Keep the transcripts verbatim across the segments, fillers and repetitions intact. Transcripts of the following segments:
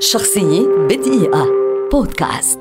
شخصية بدقيقة بودكاست.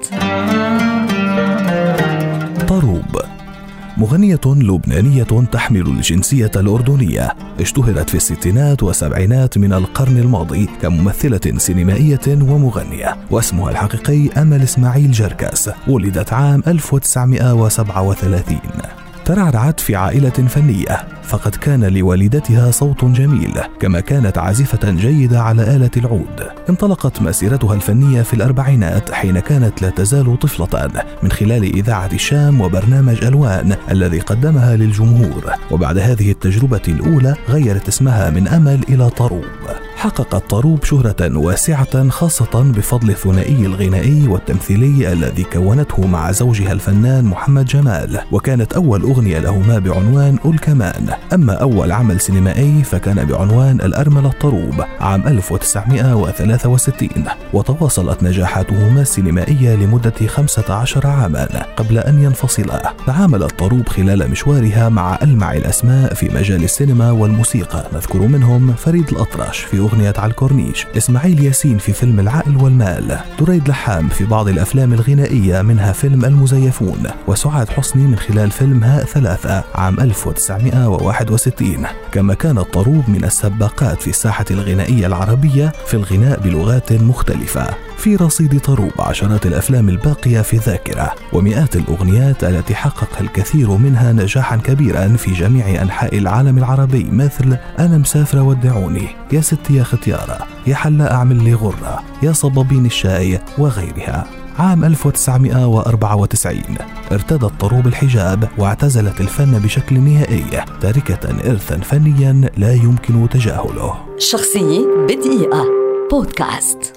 طروب مغنية لبنانية تحمل الجنسية الأردنية، اشتهرت في الستينات والسبعينات من القرن الماضي كممثلة سينمائية ومغنية، واسمها الحقيقي أمل إسماعيل جركس. ولدت عام ألف وتسعمائة وسبعة وثلاثين. ترعرعت في عائلة فنية، فقد كان لوالدتها صوت جميل، كما كانت عازفة جيدة على آلة العود. انطلقت مسيرتها الفنية في الأربعينات حين كانت لا تزال طفلة، من خلال إذاعة الشام وبرنامج ألوان الذي قدمها للجمهور. وبعد هذه التجربة الأولى غيرت اسمها من أمل إلى طروب. حققت طروب شهرة واسعة خاصة بفضل الثنائي الغنائي والتمثيلي الذي كونته مع زوجها الفنان محمد جمال، وكانت أول أغنية لهما بعنوان قل كمان. أما أول عمل سينمائي فكان بعنوان الأرملة الطروب عام ألف وتسعمائة وثلاثة وستين، وتواصلت نجاحاتهما السينمائية لمدة خمسة عشر عاما قبل أن ينفصلا. تعاملت طروب خلال مشوارها مع ألمع الأسماء في مجال السينما والموسيقى، نذكر منهم فريد الأطرش في أغنية على الكورنيش، إسماعيل ياسين في فيلم العقل والمال، دريد لحام في بعض الأفلام الغنائية منها فيلم المزيفون، وسعاد حسني من خلال فيلم هاء ثلاثة عام ألف وتسعمائة وواحد وستين. كما كانت طروب من السباقات في الساحة الغنائية العربية في الغناء بلغات مختلفة. في رصيد طروب عشرات الأفلام الباقية في الذاكرة، ومئات الأغنيات التي حقق الكثير منها نجاحا كبيرا في جميع أنحاء العالم العربي، مثل أنا مسافرة ودعوني، يا ستي يا ختيارة، يا حلا أعمل لي غرة، يا صبابين الشاي وغيرها. عام ألف وتسعمائة وأربعة وتسعين ارتدت طروب الحجاب واعتزلت الفن بشكل نهائي، تاركة إرثا فنيا لا يمكن تجاهله. شخصية بدقيقة بودكاست.